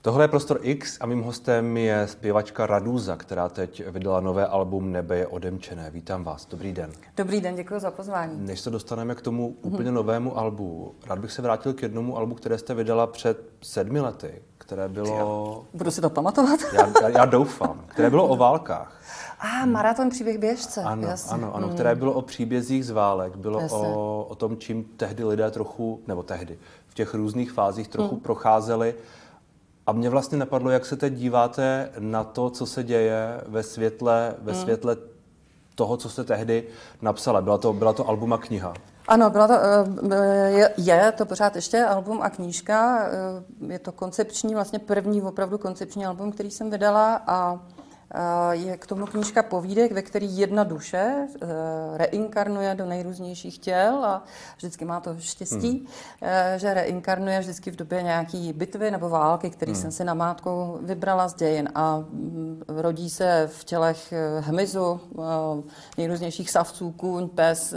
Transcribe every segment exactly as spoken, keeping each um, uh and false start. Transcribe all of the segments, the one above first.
Tohle je Prostor X a mým hostem je zpěvačka Radúza, která teď vydala nové album Nebe je odemčené. Vítám vás, dobrý den. Dobrý den, děkuji za pozvání. Než se dostaneme k tomu úplně novému albu, rád bych se vrátil k jednomu albu, které jste vydala před sedmi lety, které bylo... Budu si to pamatovat? Já, já, já doufám. Které bylo o válkách. A ah, Maraton příběh běžce. Ano, jasně. ano, ano, mm. které bylo o příbězích z válek, bylo o, o tom, čím tehdy lidé trochu, nebo tehdy, v těch různých fázích trochu mm. procházeli. A mě vlastně napadlo, jak se teď díváte na to, co se děje ve světle, ve mm. světle toho, co jste tehdy napsala. Byla to, byla to album a kniha. Ano, byla to, je, je to pořád ještě album a knížka. Je to koncepční, vlastně první opravdu koncepční album, který jsem vydala a je k tomu knížka povídek, ve který jedna duše reinkarnuje do nejrůznějších těl a vždycky má to štěstí, hmm. že reinkarnuje vždycky v době nějaký bitvy nebo války, který hmm. jsem si namátkou vybrala z dějin a rodí se v tělech hmyzu, nejrůznějších savců, kůň, pes,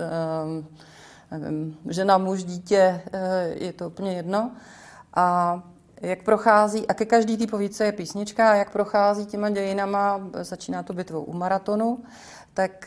nevím, žena, muž, dítě, je to úplně jedno. A jak prochází, a ke každý té povídce je písnička, a jak prochází těma dějinama, začíná to bitvou u maratonu, tak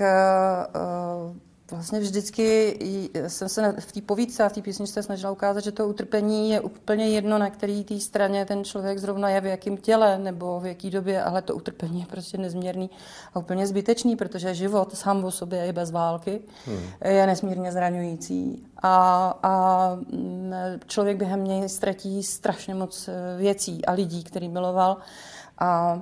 uh, vlastně vždycky jsem se v té povídce a v té písničce snažila ukázat, že to utrpení je úplně jedno, na který té straně ten člověk zrovna je, v jakém těle nebo v jaký době, ale to utrpení je prostě nezměrný a úplně zbytečný, protože život sám o sobě i bez války hmm. je nesmírně zraňující. A, a člověk během něj ztratí strašně moc věcí a lidí, který miloval. A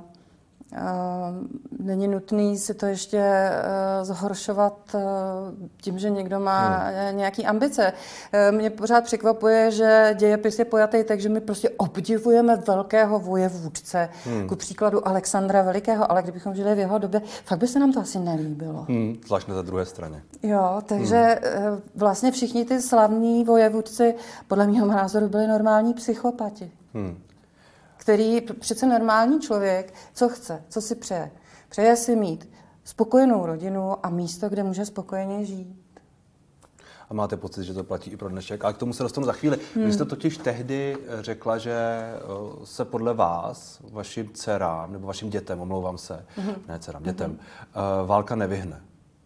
Uh, není nutný si to ještě uh, zhoršovat uh, tím, že někdo má hmm. nějaký ambice. Uh, mě pořád překvapuje, že dějepis je pojatý, takže my prostě obdivujeme velkého vojevůdce, hmm. ku příkladu Alexandra Velikého, ale kdybychom žili v jeho době, fakt by se nám to asi nelíbilo. Hmm. Zvlášť na té druhé straně. Jo, takže hmm. uh, vlastně všichni ty slavní vojevůdci podle mého názoru byli normální psychopati. Hmm. Který přece normální člověk, co chce, co si přeje. Přeje si mít spokojenou rodinu a místo, kde může spokojeně žít. A máte pocit, že to platí i pro dnešek? Ale k tomu se dostanu za chvíli. Hmm. Vy jste totiž tehdy řekla, že se podle vás, vašim dcerám, nebo vašim dětem, omlouvám se, hmm. ne dcerám, dětem, hmm. válka nevyhne.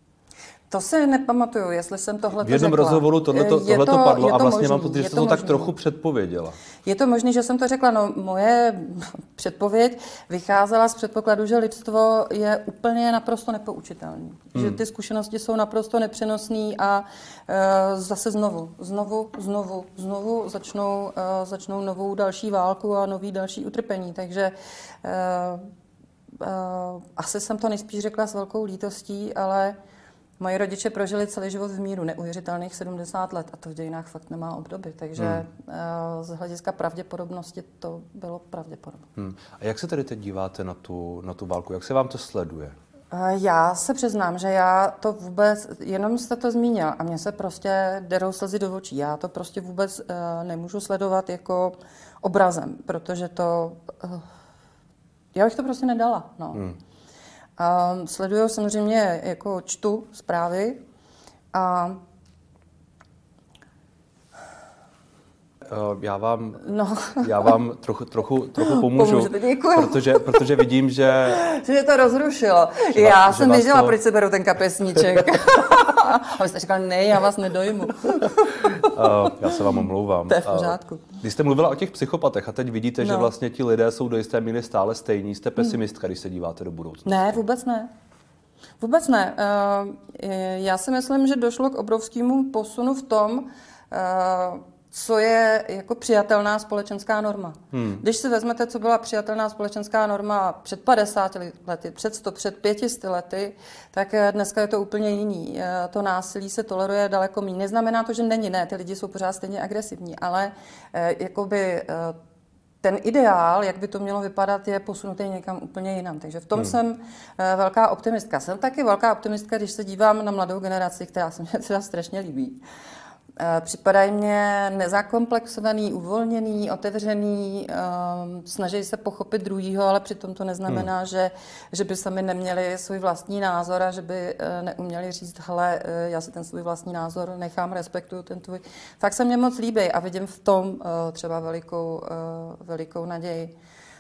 To si nepamatuju, jestli jsem tohle řekla. V jednom rozhovoru tohleto, tohleto to, padlo to a vlastně možný, mám pocit, že jste to, to tak trochu předpověděla. Je to možné, že jsem to řekla. No, moje předpověď vycházela z předpokladu, že lidstvo je úplně naprosto nepoučitelné. Hmm. Že ty zkušenosti jsou naprosto nepřenosné a uh, zase znovu, znovu, znovu, znovu začnou, uh, začnou novou další válku a nový další utrpení. Takže uh, uh, asi jsem to nejspíš řekla s velkou lítostí, ale moji rodiče prožili celý život v míru, neuvěřitelných sedmdesát let a to v dějinách fakt nemá obdoby, takže hmm. z hlediska pravděpodobnosti to bylo pravděpodobné. Hmm. A jak se tedy teď díváte na tu, na tu válku? Jak se vám to sleduje? Já se přiznám, že já to vůbec, jenom jste to zmínil a mně se prostě derou slzy do očí. Já to prostě vůbec uh, nemůžu sledovat jako obrazem, protože to, uh, já bych to prostě nedala, no. Hmm. Uh, sleduju samozřejmě, jako čtu zprávy a já vám, no. já vám trochu, trochu, trochu pomůžu, Pomůžete, děkuji. protože, protože vidím, že... že mě to rozrušilo. Že já vás, jsem věděla, to... proč se beru ten kapesníček. A vy jste říkali, ne, já vás nedojmu. uh, já se vám omlouvám. To je v pořádku. Uh, když jste mluvila o těch psychopatech a teď vidíte, no. že vlastně ti lidé jsou do jisté míry stále stejní, jste pesimistka, když se díváte do budoucnosti? Ne, vůbec ne. Vůbec ne. Uh, já si myslím, že došlo k obrovskému posunu v tom, uh, co je jako přijatelná společenská norma. Hmm. Když si vezmete, co byla přijatelná společenská norma před padesáti lety, před sto, před pětisty lety, tak dneska je to úplně jiný. To násilí se toleruje daleko méně. Neznamená to, že není, ne, ty lidi jsou pořád stejně agresivní, ale jakoby ten ideál, jak by to mělo vypadat, je posunutý někam úplně jinam. Takže v tom hmm. jsem velká optimistka. Jsem taky velká optimistka, když se dívám na mladou generaci, která se mě teda strašně líbí. Připadají mě nezakomplexovaný, uvolněný, otevřený, um, snaží se pochopit druhýho, ale přitom to neznamená, hmm. že, že by sami neměli svůj vlastní názor a že by uh, neuměli říct, hele, uh, já si ten svůj vlastní názor nechám, respektuju ten tvůj. Fakt se mě moc líbí a vidím v tom uh, třeba velikou, uh, velikou naději.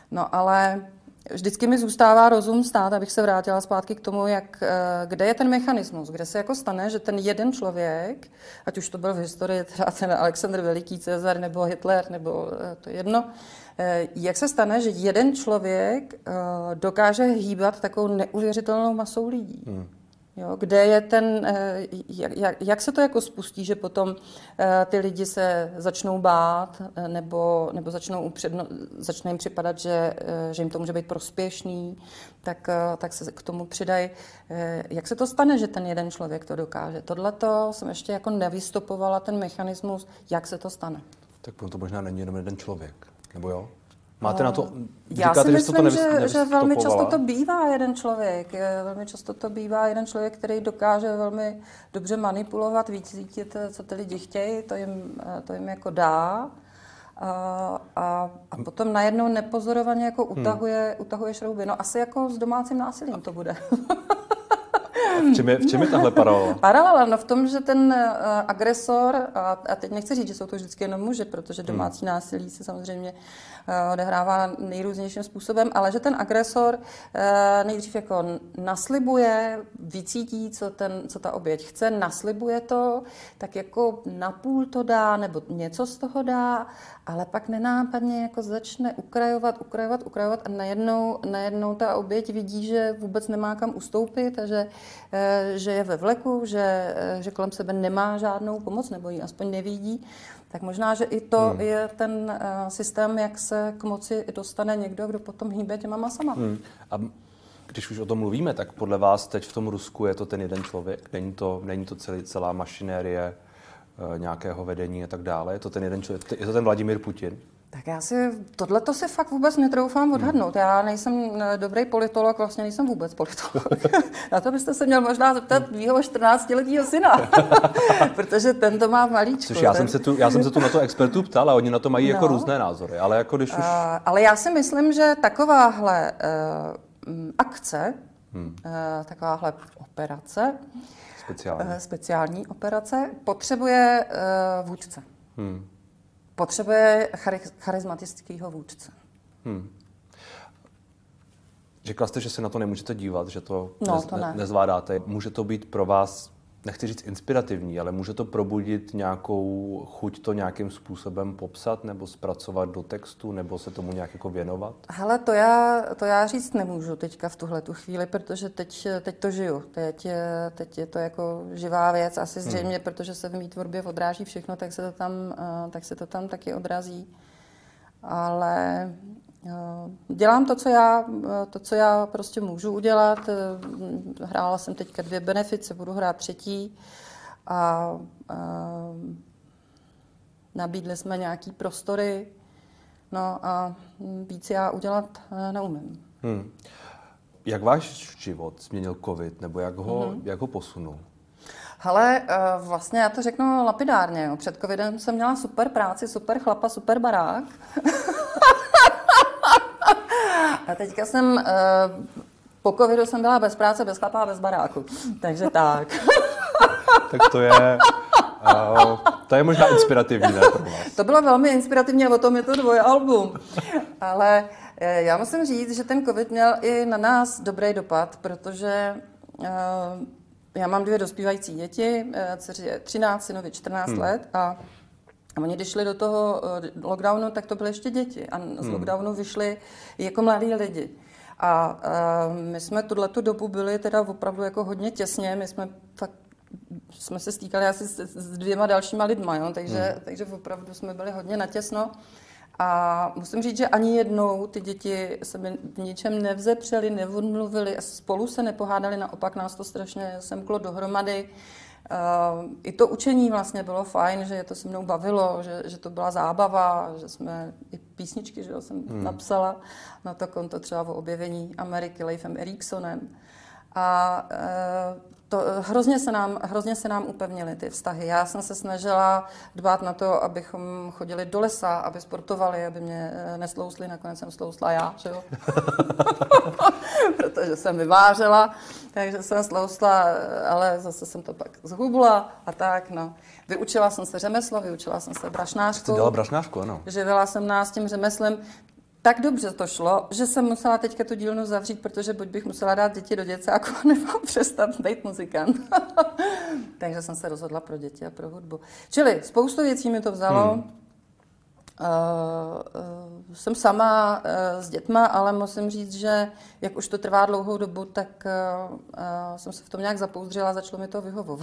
No ale vždycky mi zůstává rozum stát, abych se vrátila zpátky k tomu, jak, kde je ten mechanismus, kde se jako stane, že ten jeden člověk, ať už to byl v historii třeba ten Alexandr Veliký, Cezar nebo Hitler, nebo to jedno, jak se stane, že jeden člověk dokáže hýbat takovou neuvěřitelnou masou lidí. Hmm. Jo, kde je ten, jak, jak se to jako spustí, že potom ty lidi se začnou bát nebo, nebo začnou upředno, začne jim připadat, že, že jim to může být prospěšný, tak, tak se k tomu přidají. Jak se to stane, že ten jeden člověk to dokáže? Tohleto jsem ještě jako nevystopovala ten mechanismus, jak se to stane. Tak to možná není jenom jeden člověk, nebo jo? Máte na to, já říkáte, si myslím, že, to že, že velmi často to bývá jeden člověk. Velmi často to bývá jeden člověk, který dokáže velmi dobře manipulovat, vycítit, co ty lidi chtějí, to jim, to jim jako dá. A, a, a potom najednou nepozorovaně jako utahuje, hmm. utahuje šrouby. No asi jako s domácím násilím to bude. V čem je, v čem je tahle paralela? Paralela, no v tom, že ten uh, agresor, a, a teď nechci říct, že jsou to vždycky jenom muži, protože domácí hmm. násilí se samozřejmě uh, odehrává nejrůznějším způsobem, ale že ten agresor uh, nejdřív jako naslibuje, vycítí, co, ten, co ta oběť chce, naslibuje to, tak jako napůl to dá, nebo něco z toho dá, ale pak nenápadně jako začne ukrajovat, ukrajovat, ukrajovat a najednou, najednou ta oběť vidí, že vůbec nemá kam ustoupit a že že je ve vleku, že, že kolem sebe nemá žádnou pomoc, nebo ji aspoň nevidí, tak možná, že i to hmm. je ten uh, systém, jak se k moci dostane někdo, kdo potom hýbe těma masama. Hmm. A když už o tom mluvíme, tak podle vás teď v tom Rusku je to ten jeden člověk? Není to, není to celý, celá mašinérie uh, nějakého vedení a tak dále? Je to ten jeden člověk? Je to ten Vladimír Putin? Tak já si, tohleto si fakt vůbec netroufám odhadnout. Já nejsem dobrý politolog, vlastně nejsem vůbec politolog. Na to byste se měl možná zeptat mýho čtrnáctiletého syna, protože ten to má malíčko. Což já, ten... jsem se tu, já jsem se tu na to expertů ptal a oni na to mají no. jako různé názory, ale jako když už... Uh, ale já si myslím, že takováhle uh, akce, hmm. uh, takováhle operace, speciální, uh, speciální operace, potřebuje uh, vůdce. Hmm. Potřebuje chari- charismatického vůdce. Hmm. Řekla jste, že se na to nemůžete dívat, že to, no, nez, to ne. nezvládáte. Může to být pro vás, nechci říct inspirativní, ale může to probudit nějakou chuť to nějakým způsobem popsat nebo zpracovat do textu, nebo se tomu nějak jako věnovat? Hele, to já, to já říct nemůžu teďka v tuhle tu chvíli, protože teď, teď to žiju. Teď, teď je to jako živá věc, asi zřejmě, hmm. protože se v mý tvorbě odráží všechno, tak se to tam, tak se to tam taky odrazí. Ale dělám to, co já, to, co já prostě můžu udělat. Hrála jsem teďka dvě benefice, budu hrát třetí a, a nabídli jsme nějaký prostory, no a víc já udělat neumím. Hmm. Jak váš život změnil covid, nebo jak ho, hmm. jak ho posunul? Hele, vlastně já to řeknu lapidárně. Jo. Před covidem jsem měla super práci, super chlapa, super barák. A teďka jsem, po covidu jsem byla bez práce, bez chlapa a bez baráku. Takže tak. Tak to je, uh, to je možná inspirativní, ne, pro vás? To bylo velmi inspirativní a o tom je to dvojalbum. Ale já musím říct, že ten covid měl i na nás dobrý dopad, protože uh, já mám dvě dospívající děti, dceři je třináct, synovi čtrnáct hmm. let a A oni, když šli do toho lockdownu, tak to byly ještě děti. A z hmm. lockdownu vyšli jako mladí lidi. A, a my jsme tuhletu dobu byli teda opravdu jako hodně těsně. My jsme fakt, jsme se stýkali asi s, s dvěma dalšíma lidma, jo? Takže, hmm. takže opravdu jsme byli hodně natěsno. A musím říct, že ani jednou ty děti se mi v ničem nevzepřely, neodmluvily a spolu se nepohádali, naopak nás to strašně semklo dohromady. Uh, I to učení vlastně bylo fajn, že je to se mnou bavilo, že, že to byla zábava, že jsme i písničky, že jsem hmm. napsala na to konto třeba o objevení Ameriky Leifem Eriksonem. A uh, to, hrozně, se nám, hrozně se nám upevnily ty vztahy. Já jsem se snažila dbát na to, abychom chodili do lesa, aby sportovali, aby mě neslousli, nakonec jsem slousla já, že jo? Protože jsem vyvářela, takže jsem slousla, ale zase jsem to pak zhubla a tak, no. Vyučila jsem se řemeslo, vyučila jsem se brašnářku. Jste dělala brašnářku, ano. Živila jsem nás tím řemeslem. tak dobře to šlo, že jsem musela teďka tu dílnu zavřít, protože buď bych musela dát děti do děcáku, nebo přestat být muzikant. Takže jsem se rozhodla pro děti a pro hudbu. Čili spoustu věcí mi to vzalo. Hmm. Uh, uh, jsem sama uh, s dětma, ale musím říct, že jak už to trvá dlouhou dobu, tak uh, uh, jsem se v tom nějak zapouzdřila a začalo mi to vyhovovat.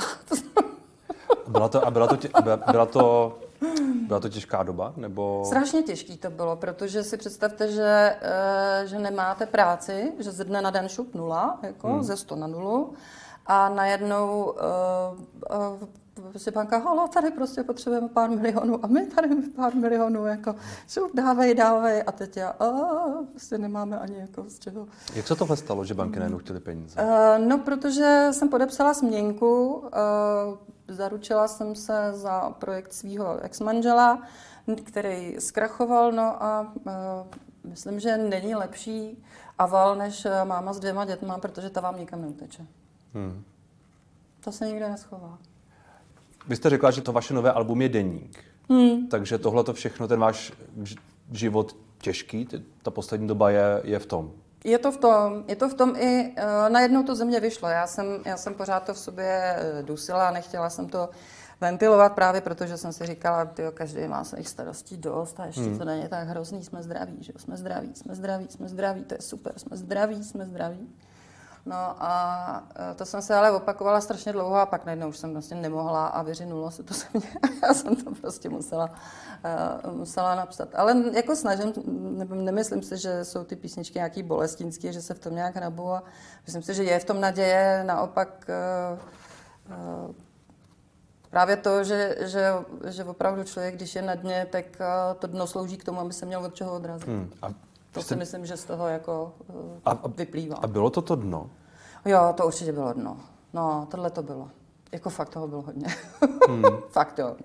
Byla to, a byla to, tě, byla to, byla to těžká doba? Nebo... Strašně těžký to bylo, protože si představte, že, že nemáte práci, že ze dne na den šup nula, jako hmm. ze sto na nulu a najednou uh, uh, si banka, halo, tady prostě potřebujeme pár milionů a my tady pár milionů, jako šup, dávej, dávej a teď já, uh, prostě nemáme ani jako z čeho. Jak se tohle stalo, že banky najednou chtěly peníze? Uh, no, protože jsem podepsala směnku, uh, zaručila jsem se za projekt svého ex-manžela, který zkrachoval, no a uh, myslím, že není lepší aval než máma s dvěma dětma, protože ta vám nikam neuteče. Hmm. To se nikde neschová. Vy jste řekla, že to vaše nové album je deník, hmm. takže tohle to všechno, ten váš život těžký, ta poslední doba je, je v tom. Je to v tom, je to v tom i uh, najednou to ze mě vyšlo. Já jsem, já jsem pořád to v sobě dusila, nechtěla jsem to ventilovat právě, protože jsem si říkala, tyjo, každý má svých starostí dost a ještě hmm. to není tak hrozný, jsme zdraví, že jo, jsme zdraví, jsme zdraví, jsme zdraví, to je super, jsme zdraví, jsme zdraví. No a to jsem se ale opakovala strašně dlouho a pak najednou už jsem vlastně nemohla a vyřinulo se to ze mě. Já jsem to prostě musela, uh, musela napsat. Ale jako snažím, nebo nemyslím si, že jsou ty písničky nějaký bolestinský, že se v tom nějak hrabu a myslím si, že je v tom naděje, naopak uh, uh, právě to, že, že, že opravdu člověk, když je na dně, tak uh, to dno slouží k tomu, aby se měl od čeho odrazit. Hmm. A to jste... si myslím, že z toho jako uh, a, vyplývá. A bylo to to dno? Jo, to určitě bylo dno. No, tohle to bylo. Jako fakt toho bylo hodně. Hmm. Fakt jo.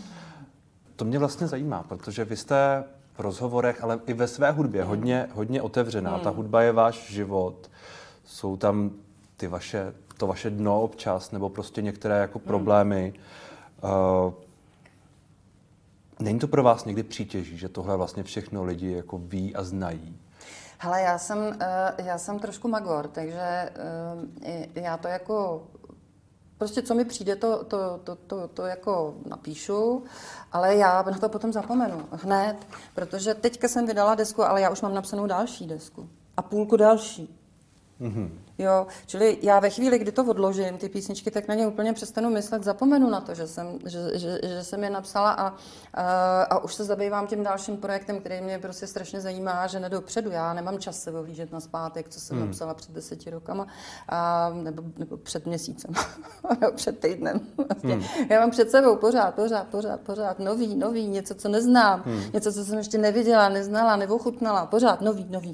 To mě vlastně zajímá, protože vy jste v rozhovorech, ale i ve své hudbě hmm. hodně, hodně otevřená. Hmm. Ta hudba je váš život. Jsou tam ty vaše, to vaše dno občas, nebo prostě některé jako problémy. Hmm. Uh, Není to pro vás někdy přítěží, že tohle vlastně všechno lidi jako ví a znají? Hele, já jsem, já jsem trošku magor, takže já to jako, prostě co mi přijde, to, to, to, to, to jako napíšu, ale já na to potom zapomenu hned, protože teďka jsem vydala desku, ale já už mám napsanou další desku a půlku další. Mm-hmm. Jo, čili já ve chvíli, kdy to odložím, ty písničky, tak na ně úplně přestanu myslet, zapomenu na to, že jsem, že, že, že jsem je napsala a, a, a už se zabývám tím dalším projektem, který mě prostě strašně zajímá, že nedopředu. Já nemám čas se ohlížet na zpátek, co jsem mm. napsala před deseti rokama, a, nebo, nebo před měsícem, nebo před týdnem. Vlastně. Mm. Já mám před sebou pořád, pořád, pořád, pořád nový, nový, něco, co neznám, mm. něco, co jsem ještě neviděla, neznala, neochutnala, pořád nový, nový.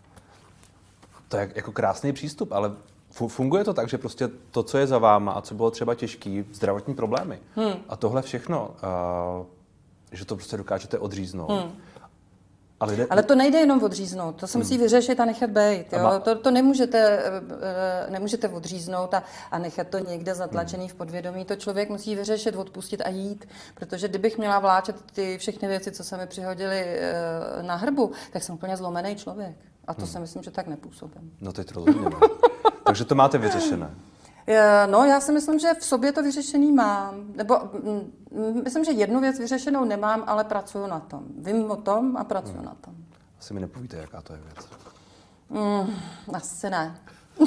To je jako krásný přístup, ale funguje to tak, že prostě to, co je za váma a co bylo třeba těžký, zdravotní problémy hmm. a tohle všechno, uh, že to prostě dokážete odříznout. Hmm. Ale, jde... ale to nejde jenom odříznout, to se musí hmm. vyřešit a nechat být. Jo? Má... To, to nemůžete, nemůžete odříznout a, a nechat to někde zatlačený hmm. v podvědomí. To člověk musí vyřešit, odpustit a jít, protože kdybych měla vláčet ty všechny věci, co se mi přihodily na hrbu, tak jsem úplně zlomený člověk. A to hmm. si myslím, že tak nepůsobím. No teď rozhodně ne. Takže to máte vyřešené. No, já si myslím, že v sobě to vyřešený mám. Nebo m, myslím, že jednu věc vyřešenou nemám, ale pracuju na tom. Vím o tom a pracuju hmm. na tom. Asi mi nepovíte, jaká to je věc. Mm, asi ne.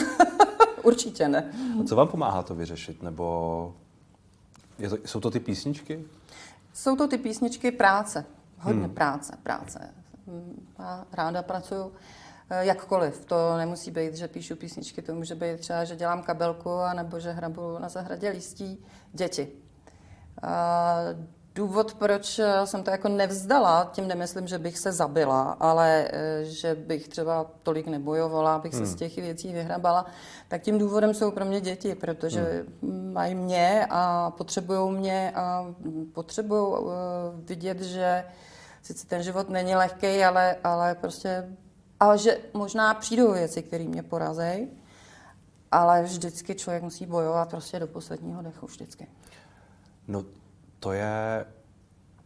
Určitě ne. A co vám pomáhá to vyřešit? Nebo je to, jsou to ty písničky? Jsou to ty písničky práce. Hodně hmm. práce, práce. Já ráda pracuju jakkoliv. To nemusí být, že píšu písničky, to může být třeba, že dělám kabelku, anebo že hrabu na zahradě listí děti. A důvod, proč jsem to jako nevzdala, tím nemyslím, že bych se zabila, ale že bych třeba tolik nebojovala, abych se hmm. z těch věcí vyhrabala, tak tím důvodem jsou pro mě děti, protože hmm. mají mě a potřebují mě a potřebují vidět, že sice ten život není lehký, ale, ale prostě, ale že možná přijdou věci, které mě porazí, ale vždycky člověk musí bojovat prostě do posledního dechu, vždycky. No to je,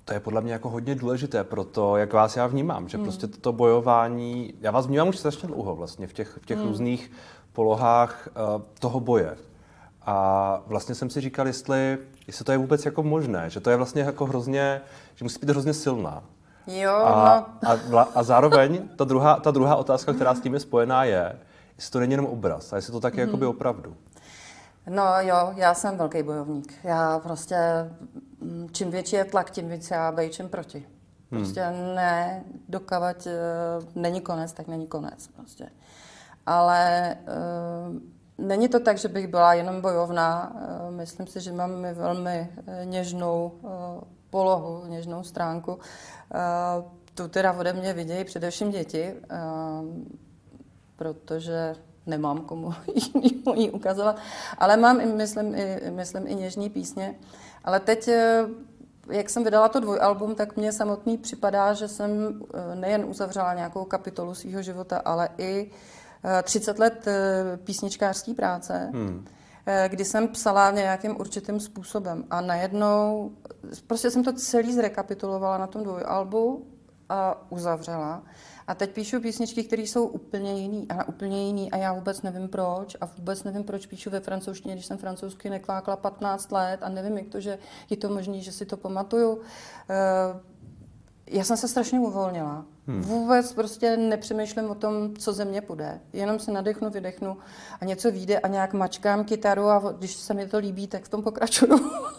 To je podle mě jako hodně důležité pro to, jak vás já vnímám, že hmm. prostě toto bojování, já vás vnímám už strašně dlouho vlastně v těch, v těch hmm. různých polohách uh, toho boje. A vlastně jsem si říkal, jestli, jestli to je vůbec jako možné, že to je vlastně jako hrozně, že musí být hrozně silná. Jo, a, no. a, vla, a zároveň ta druhá, ta druhá otázka, která s tím je spojená, je, jestli to není jenom obraz a jestli to tak je hmm. jakoby opravdu. No jo, já jsem velký bojovník. Já prostě, čím větší je tlak, tím víc já bejčím proti. Prostě hmm. ne, dokavať není konec, tak není konec prostě. Ale uh, není to tak, že bych byla jenom bojovná. Uh, myslím si, že mám velmi něžnou uh, polohu, něžnou stránku. Uh, tu teda ode mě vidějí především děti, uh, protože nemám komu ji ukazovat, ale mám, i, myslím, i, myslím, i něžný písně. Ale teď, jak jsem vydala to dvojalbum, tak mně samotný připadá, že jsem nejen uzavřela nějakou kapitolu svého života, ale i třicet let písničkářské práce, hmm. kdy jsem psala nějakým určitým způsobem. A najednou, prostě jsem to celý zrekapitulovala na tom dvojalbu a uzavřela. A teď píšu písničky, které jsou úplně jiný a úplně jiný a já vůbec nevím proč a vůbec nevím, proč píšu ve francouzštině, když jsem francouzsky nekvákla patnáct let a nevím, jak to, že je to možné, že si to pamatuju. Já jsem se strašně uvolnila. Hmm. Vůbec prostě nepřemýšlím o tom, co ze mě půjde. Jenom se nadechnu, vydechnu a něco vyjde a nějak mačkám kytaru a když se mi to líbí, tak v tom pokračuju.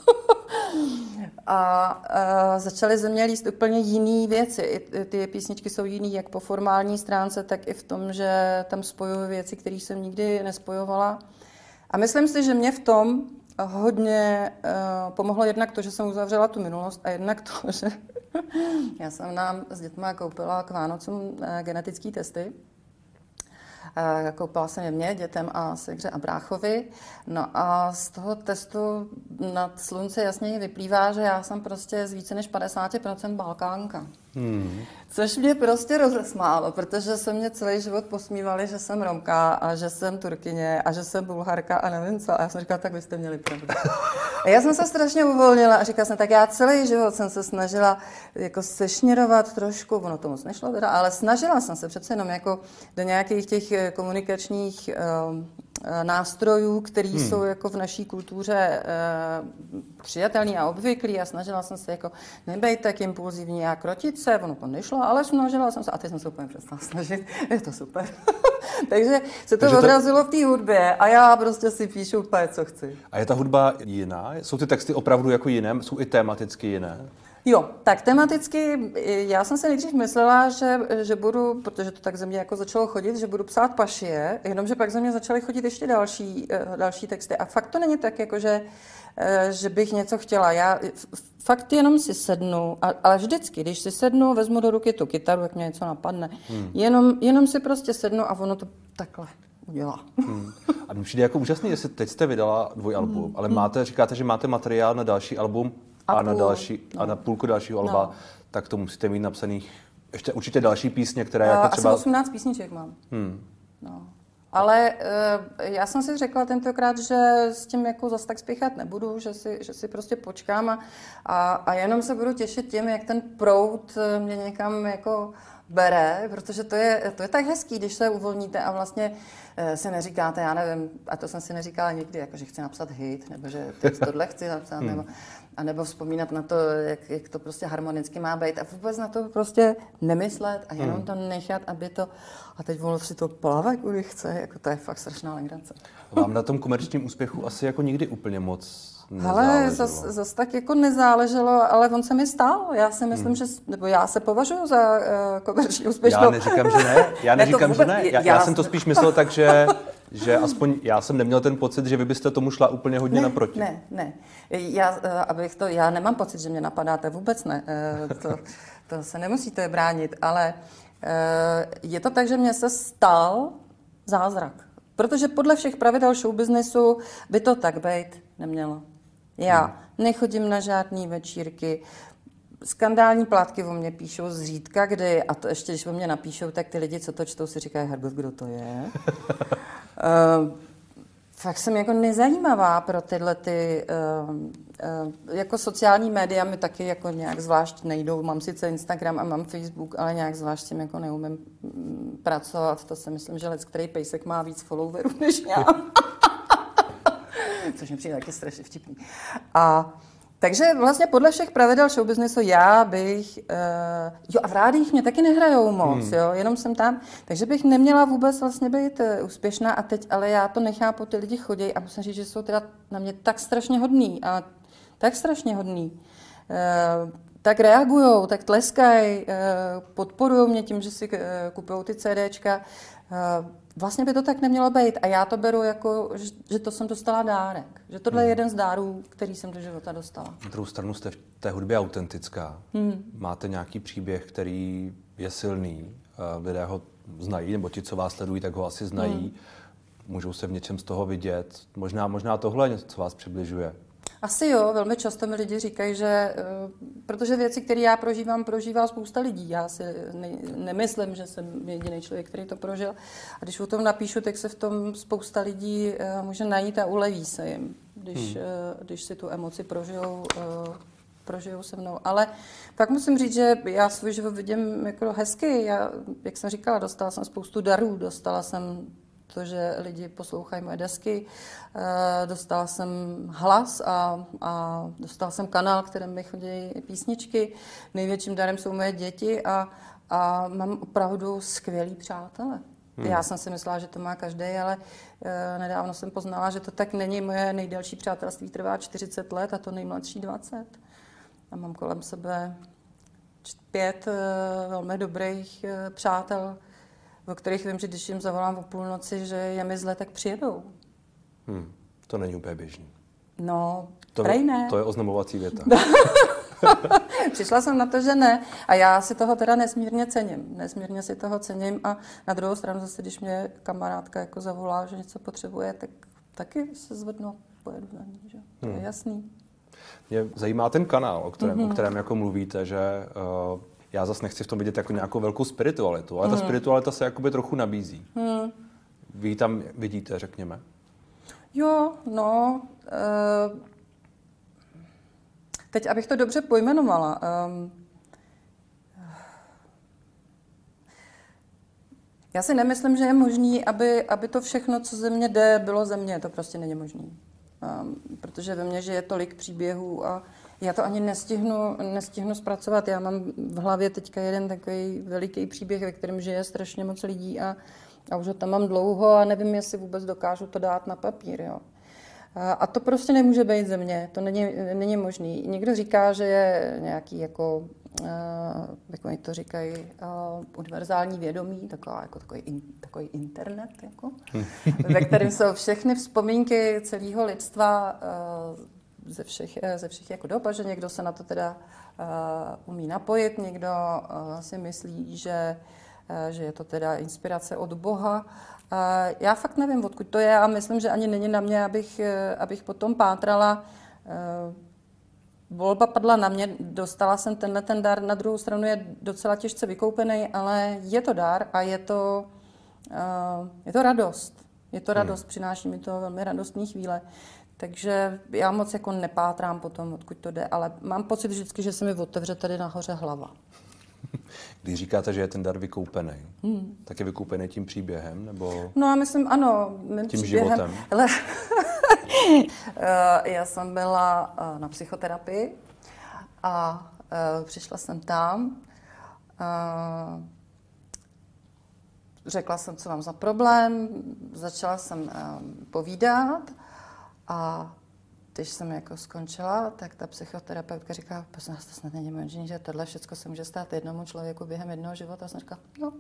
A, a začaly ze mě líst úplně jiné věci. I ty písničky jsou jiný jak po formální stránce, tak i v tom, že tam spojuju věci, které jsem nikdy nespojovala. A myslím si, že mě v tom hodně uh, pomohlo jednak to, že jsem uzavřela tu minulost a jednak to, že já jsem nám s dětma koupila k Vánocům uh, genetické testy. Koupila jsem je mě, dětem a segře a bráchovi. No a z toho testu nad slunce jasně vyplývá, že já jsem prostě z více než padesát procent Balkánka. Hmm. Což mě prostě rozesmálo, protože se mě celý život posmívali, že jsem Romka a že jsem Turkyně a že jsem Bulharka a nevím co. A já jsem říkala, tak vy jste měli pravdu. A já jsem se strašně uvolnila a říkala jsem, tak já celý život jsem se snažila jako sešněrovat trošku, ono to moc nešlo teda, ale snažila jsem se přece jenom jako do nějakých těch komunikačních um, nástrojů, které hmm. jsou jako v naší kultuře uh, přijatelný a obvyklý a snažila jsem se jako nebejt tak impulzivní a krotit se, ono to nešlo, ale snažila jsem se a teď jsem se úplně přestala snažit, je to super. Takže se to Takže odrazilo to... v té hudbě a já prostě si píšu úplně, co chci. A je ta hudba jiná? Jsou ty texty opravdu jako jiné? Jsou i tematicky jiné? Jo, tak tematicky, já jsem si nejdřív myslela, že, že budu, protože to tak ze mě jako začalo chodit, že budu psát pašie, jenomže pak ze mě začaly chodit ještě další, další texty. A fakt to není tak, jako že, že bych něco chtěla. Já fakt jenom si sednu, ale vždycky, když si sednu, vezmu do ruky tu kytaru, jak mě něco napadne, hmm. jenom, jenom si prostě sednu a ono to takhle udělá. Hmm. A mi přijde jako úžasný, jestli teď jste vydala dvojalbum, hmm. ale máte, říkáte, že máte materiál na další album, A, a, na, další, no. a na půlku dalšího alba, no. tak to musíte mít napsaných ještě určitě další písně, které jako třeba... Asi osmnáct písniček mám. Hmm. No. Ale uh, já jsem si řekla tentokrát, že s tím jako zas tak spěchat nebudu, že si, že si prostě počkám a, a, a jenom se budu těšit tím, jak ten proud mě někam jako bere, protože to je, to je tak hezký, když se uvolníte a vlastně uh, si neříkáte, já nevím, a to jsem si neříkala nikdy, jako že chci napsat hit, nebo že teď tohle chci napsat, hmm. nebo, a nebo vzpomínat na to, jak, jak to prostě harmonicky má být a vůbec na to prostě nemyslet a jenom hmm. to nechat, aby to, a teď ono si to plave, kudy chce, jako to je fakt strašná legrace. Vám na tom komerčním úspěchu asi jako nikdy úplně moc nezáleželo. Ale zas, zas tak jako nezáleželo, ale on se mi stál. Já si myslím, hmm. že, nebo já se považuji za uh, komerční úspěšnou. Já neříkám, že ne. Já neříkám, ne, že ne. Já, já, já jsem to spíš myslel tak, že, že aspoň já jsem neměl ten pocit, že vy byste tomu šla úplně hodně ne, naproti. Ne, ne. Já, abych to, já nemám pocit, že mě napadáte, vůbec ne. To, to se nemusíte bránit, ale je to tak, že mě se stal zázrak. Protože podle všech pravidel showbiznesu by to tak být nemělo. Já hmm. nechodím na žádný večírky, skandální plátky o mě píšou zřídka, kdy, a to ještě, když o mě napíšou, tak ty lidi, co to čtou, si říkají, Hergot, kdo to je? uh, fakt jsem jako nezajímavá pro tyhle ty, uh, uh, jako sociální média mi taky jako nějak zvlášť nejdou. Mám sice Instagram a mám Facebook, ale nějak zvlášť tím jako neumím mm, pracovat. To si myslím, že lec, který pejsek má víc followerů než já. Což mi přijde taky strašně vtipný. A takže vlastně podle všech pravidel showbiznesu já bych, uh, jo a v rádiích mě taky nehrajou moc, hmm. jo, jenom jsem tam, takže bych neměla vůbec vlastně být uh, úspěšná a teď, ale já to nechápu, ty lidi chodí a musím říct, že jsou teda na mě tak strašně hodný a tak strašně hodný. Uh, tak reagujou, tak tleskají, uh, podporují mě tím, že si uh, kupují ty CDčka. Uh, Vlastně by to tak nemělo být a já to beru jako, že to jsem dostala dárek. Že tohle je jeden z dárů, který jsem do života dostala. Na druhou stranu jste v té hudbě autentická. Hmm. Máte nějaký příběh, který je silný. Lidé ho znají, nebo ti, co vás sledují, tak ho asi znají. Hmm. Můžou se v něčem z toho vidět. Možná, možná tohle je něco, co vás přibližuje. Asi jo, velmi často mi lidi říkají, že protože věci, které já prožívám, prožívá spousta lidí. Já si ne, nemyslím, že jsem jediný člověk, který to prožil. A když o tom napíšu, tak se v tom spousta lidí může najít a uleví se jim, když, hmm. když si tu emoci prožijou, prožijou se mnou. Ale pak musím říct, že já svůj život vidím jako hezky. Já, jak jsem říkala, dostala jsem spoustu darů, dostala jsem to, že lidi poslouchají moje desky. Dostala jsem hlas a, a dostala jsem kanál, kterým mi chodí písničky. Největším darem jsou moje děti a, a mám opravdu skvělý přátele. Hmm. Já jsem si myslela, že to má každý, ale e, nedávno jsem poznala, že to tak není. Moje nejdelší přátelství trvá čtyřicet let a to nejmladší dvacet. A mám kolem sebe pět e, velmi dobrých e, přátel, o kterých vím, že když jim zavolám o půlnoci, že je mi zle, tak přijedou. Hmm, to není úplně běžný. No, to, prej ne. To je oznamovací věta. Přišla jsem na to, že ne. A já si toho teda nesmírně cením. Nesmírně si toho cením a na druhou stranu zase, když mě kamarádka jako zavolá, že něco potřebuje, tak taky se zvednu, pojedu za ní, že? To je hmm. jasný. Mě zajímá ten kanál, o kterém, mm-hmm. o kterém jako mluvíte, že uh, já zase nechci v tom vidět jako nějakou velkou spiritualitu, ale ta hmm. spiritualita se jakoby trochu nabízí. Hmm. Vy ji tam vidíte, řekněme? Jo, no. Uh, teď, abych to dobře pojmenovala. Um, já si nemyslím, že je možný, aby, aby to všechno, co ze mě jde, bylo ze mě. To prostě není možný. Um, protože ve mně žije tolik příběhů a já to ani nestihnu, nestihnu zpracovat. Já mám v hlavě teďka jeden takový veliký příběh, ve kterém žije strašně moc lidí a, a už ho tam mám dlouho a nevím, jestli vůbec dokážu to dát na papír. Jo. A, a to prostě nemůže být ze mě, to není, není možný. Někdo říká, že je nějaký jako, uh, jak oni to říkají, uh, univerzální vědomí, taková, jako takový, in, takový internet, jako, ve kterém jsou všechny vzpomínky celého lidstva, uh, ze všech, ze všech jako dob, a že někdo se na to teda uh, umí napojit, někdo uh, si myslí, že, uh, že je to teda inspirace od Boha. Uh, já fakt nevím, odkud to je a myslím, že ani není na mě, abych, uh, abych potom pátrala. Uh, volba padla na mě, dostala jsem tenhle ten dar, na druhou stranu je docela těžce vykoupený, ale je to dar a je to, uh, je to radost. Je to radost, hmm. přináší mi to velmi radostné chvíle. Takže já moc jako nepátrám po tom, odkud to jde, ale mám pocit vždycky, že se mi otevře tady nahoře hlava. Když říkáte, že je ten dar vykoupený, hmm. tak je vykoupený tím příběhem, nebo no a myslím, ano, mým tím příběhem. životem? Ale já jsem byla na psychoterapii a přišla jsem tam. Řekla jsem, co mám za problém, začala jsem povídat. A když jsem jako skončila, tak ta psychoterapeutka říká, prosím vás, to snad není možný, že tohle všechno se může stát jednomu člověku během jednoho života. A jsem říkala, no.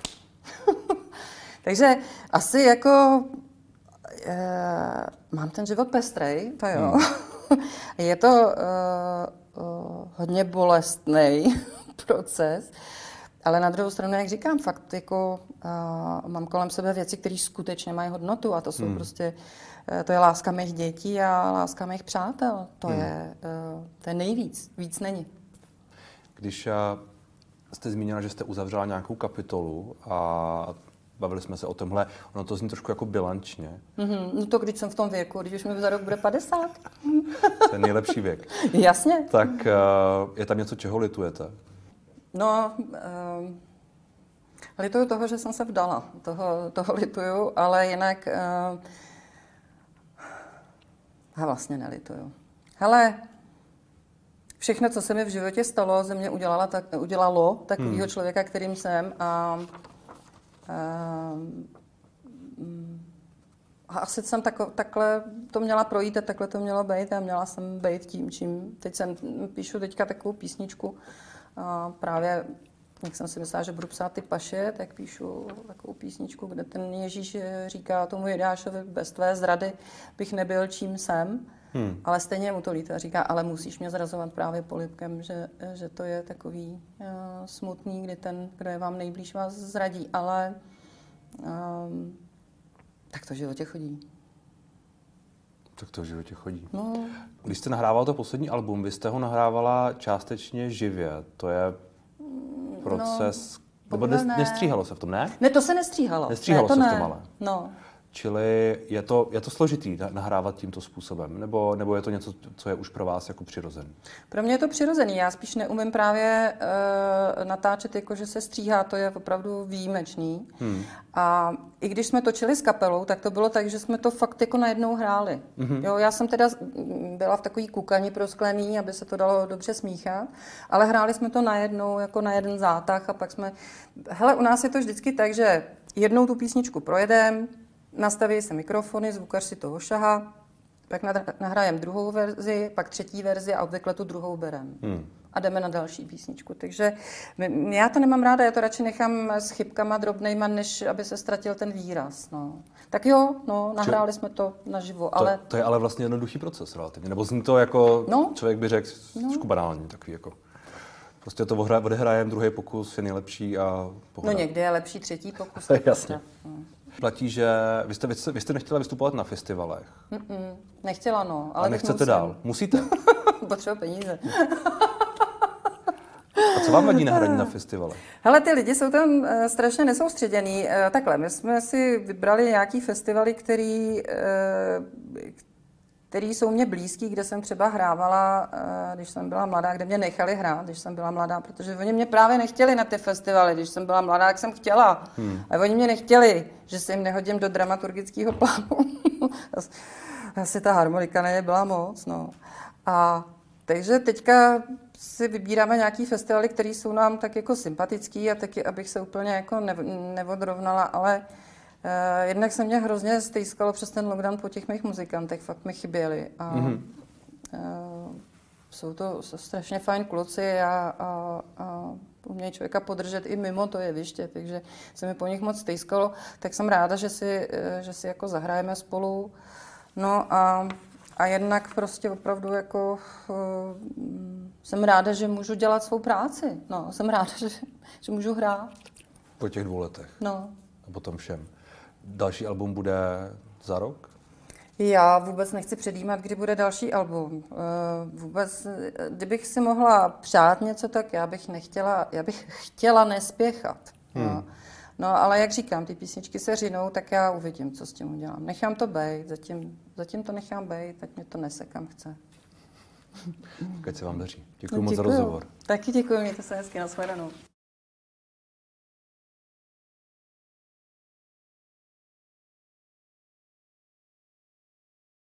Takže asi jako e, mám ten život pestrej, to jo. Hmm. Je to e, o, hodně bolestný proces, ale na druhou stranu, jak říkám, fakt jako uh, mám kolem sebe věci, které skutečně mají hodnotu a to jsou hmm. prostě, uh, to je láska mých dětí a láska mých přátel. To, hmm. je, uh, to je nejvíc, víc není. Když uh, jste zmínila, že jste uzavřela nějakou kapitolu a bavili jsme se o tomhle, ono to zní trošku jako bilančně. Mm-hmm. No to když jsem v tom věku, když už mi za rok bude padesát. To je nejlepší věk. Jasně. Tak je tam něco, čeho litujete? No, uh, lituju toho, že jsem se vdala. Toho, toho lituju, ale jinak uh, a vlastně nelituju. Hele, všechno, co se mi v životě stalo, ze mě udělala tak, udělalo takového hmm. člověka, kterým jsem. A, a, a asi jsem tako, takhle to měla projít a takhle to mělo být a měla jsem být tím, čím. Teď jsem píšu teďka takovou písničku. A právě, jak jsem si myslela, že budu psát ty paše, tak píšu takovou písničku, kde ten Ježíš říká tomu Jidášovi, bez tvé zrady bych nebyl, čím jsem. Hmm. Ale stejně mu to líto a říká, ale musíš mě zrazovat právě polibkem, že, že to je takový uh, smutný, kdy ten, kdo je vám nejblíž, vás zradí. Ale um, tak to v životě chodí. Tak to v životě chodí. No. Když jste nahrávala to poslední album, vy jste ho nahrávala částečně živě. To je proces... No, nebo ne, nestříhalo se v tom, ne? Ne, to se nestříhalo. Nestříhalo ne, to se ne. v tom ale. No. Čili je to, je to složitý nahrávat tímto způsobem? Nebo, nebo je to něco, co je už pro vás jako přirozené? Pro mě je to přirozený. Já spíš neumím právě uh, natáčet, jako že se stříhá. To je opravdu výjimečný. Hmm. A i když jsme točili s kapelou, tak to bylo tak, že jsme to fakt jako najednou hráli. Hmm. Jo, já jsem teda byla v takový kukani prosklený, aby se to dalo dobře smíchat, ale hráli jsme to najednou, jako na jeden zátah a pak jsme... Hele, u nás je to vždycky tak, že jednou tu písničku projedeme, nastaví se mikrofony, zvukař si to ošahá, pak nahrajem druhou verzi, pak třetí verzi a obvykle tu druhou berem. Hmm. A jdeme na další písničku. Takže já to nemám ráda, já to radši nechám s chybkama drobnejma, než aby se ztratil ten výraz. No. Tak jo, no, nahráli Či... jsme to naživo, ale... To, to je ale vlastně jednoduchý proces relativně, nebo zní to jako, no. člověk by řekl, trošku no. banální, takový jako... Prostě to odehrajem, druhý pokus je nejlepší a pohoda. No někdy je lepší třetí pokus. Jasně. No. Platí, že vy jste, vy jste nechtěla vystupovat na festivalech. Mm-mm, nechtěla, no. Ale a nechcete dál. Musíte. Potřebuji peníze. A co vám vadí na hraní na festivale? Hele, ty lidi jsou tam uh, strašně nesoustředění. Uh, takhle, my jsme si vybrali nějaký festivaly, který, uh, který jsou mě blízký, kde jsem třeba hrávala, uh, když jsem byla mladá, kde mě nechali hrát, když jsem byla mladá, protože oni mě právě nechtěli na ty festivaly. Když jsem byla mladá, jak jsem chtěla. Hmm. A oni mě nechtěli, že se jim nehodím do dramaturgického plánu. Asi ta harmonika nebyla moc, no. A takže teďka si vybíráme nějaký festivaly, které jsou nám tak jako sympatický a taky, abych se úplně jako neodrovnala, ale uh, jednak se mě hrozně stejskalo přes ten lockdown po těch mých muzikantech, fakt mi chyběli. A, mm-hmm. uh, jsou to jsou strašně fajn kluci a, a, a umějí člověka podržet i mimo to jeviště, takže se mi po nich moc stejskalo, tak jsem ráda, že si, že si jako zahrajeme spolu. No a A jednak prostě opravdu jako uh, jsem ráda, že můžu dělat svou práci. No, jsem ráda, že, že můžu hrát. Po těch dvou letech. No. A potom všem. Další album bude za rok? Já vůbec nechci předjímat, kdy bude další album. Uh, vůbec, kdybych si mohla přát něco, tak já bych nechtěla, já bych chtěla nespěchat. Hmm. No. No, ale jak říkám, ty písničky se řinou, tak já uvidím, co s tím udělám. Nechám to bejt, zatím, zatím to nechám bejt, ať mě to nese kam chce. Ať se vám daří. Děkuji no, moc za rozhovor. Taky děkuji, mějte se hezky, nashledanou.